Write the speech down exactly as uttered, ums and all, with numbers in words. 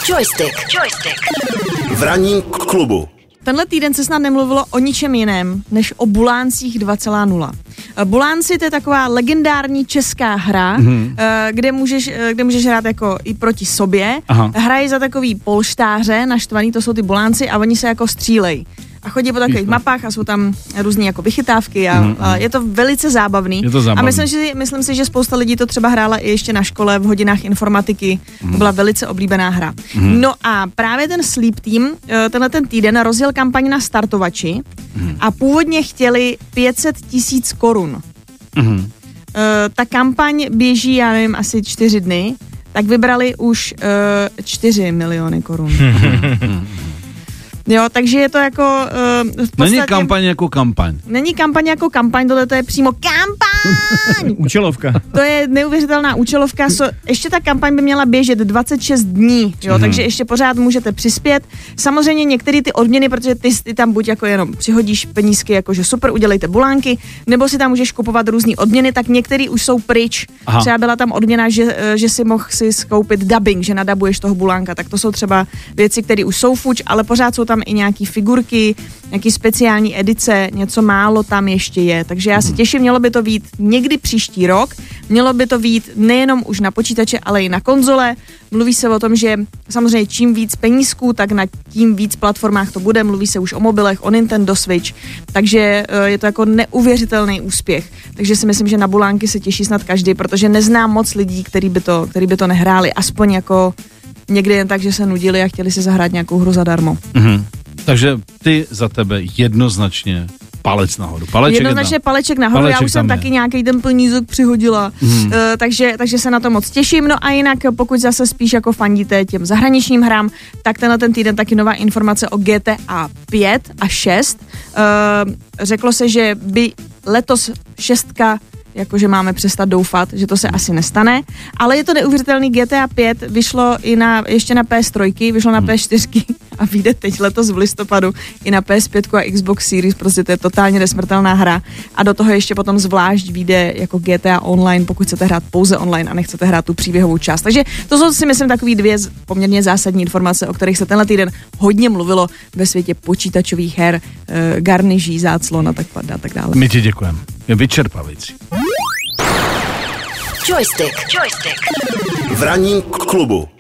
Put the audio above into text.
Joystick. Joystick. V ranním klubu. Tenhle týden se snad nemluvilo o ničem jiném, než o Buláncích dva tečka nula. Bulánci, to je taková legendární česká hra, mm. kde, můžeš, kde můžeš hrát jako i proti sobě. Aha. Hrají za takový polštáře, naštvaný, to jsou ty Bulánci a oni se jako střílejí. A chodí po takových mapách a jsou tam různý jako vychytávky a, mm. a je to velice zábavný. Je to zábavný. A myslím, že, myslím si, že spousta lidí to třeba hrála i ještě na škole v hodinách informatiky. Mm. To byla velice oblíbená hra. Mm. No a právě ten Sleep Team tenhle ten týden rozjel kampaň na startovači mm. a původně chtěli pět set tisíc korun. Mm. Uh, ta kampaň běží, já nevím, asi čtyři dny, tak vybrali už uh, čtyři miliony korun. Jo, takže je to jako uh, v podstatě... Není kampaň jako kampaň. Není kampaň jako kampaň, tohle to je přímo kampaň! Účelovka. To je neuvěřitelná účelovka. So, ještě ta kampaň by měla běžet dvacet šest dní, jo, hmm. takže ještě pořád můžete přispět. Samozřejmě některé ty odměny, protože ty, ty tam buď jako jenom přihodíš penízky, jakože super, udělejte bulánky, nebo si tam můžeš kupovat různý odměny, tak některé už jsou pryč. Aha. Třeba byla tam odměna, že, že si mohl si skoupit dubbing, že nadabuješ toho bulánka, tak to jsou třeba věci, které už jsou fuč, ale pořád jsou tam i nějaký figurky, nějaký speciální edice, něco málo tam ještě je. Takže já se těším, mělo by to být někdy příští rok, mělo by to být nejenom už na počítače, ale i na konzole. Mluví se o tom, že samozřejmě čím víc penízků, tak na tím víc platformách to bude. Mluví se už o mobilech, o Nintendo Switch, takže je to jako neuvěřitelný úspěch. Takže si myslím, že na bulánky se těší snad každý, protože neznám moc lidí, který by to, který by to nehráli, aspoň jako někdy jen tak, že se nudili a chtěli si zahrát nějakou hru zadarmo. Mhm. Takže ty za tebe jednoznačně palec nahoru. Paleček jednoznačně jedna. paleček nahoru, paleček já už jsem je. taky nějaký ten plnízek přihodila, hmm. uh, takže, takže se na to moc těším. No a jinak, pokud zase spíš jako fandíte těm zahraničním hrám, tak tenhle ten týden taky nová informace o G T A pět a šest. Uh, řeklo se, že by letos šestka jakože máme přestat doufat, že to se asi nestane, ale je to neuvěřitelný. G T A pět vyšlo i na, ještě na P S tři, vyšlo na P S čtyři a vyjde teď letos v listopadu i na P S pět a Xbox Series, prostě to je totálně nesmrtelná hra a do toho ještě potom zvlášť vyjde jako G T A Online, pokud chcete hrát pouze online a nechcete hrát tu příběhovou část. Takže to jsou si myslím takový dvě poměrně zásadní informace, o kterých se tenhle týden hodně mluvilo ve světě počítačových her, e, garniží, záclon a tak, a tak dále. My ti děkujeme. Je vyčerpávající. Joystick. Joystick. V ranním klubu.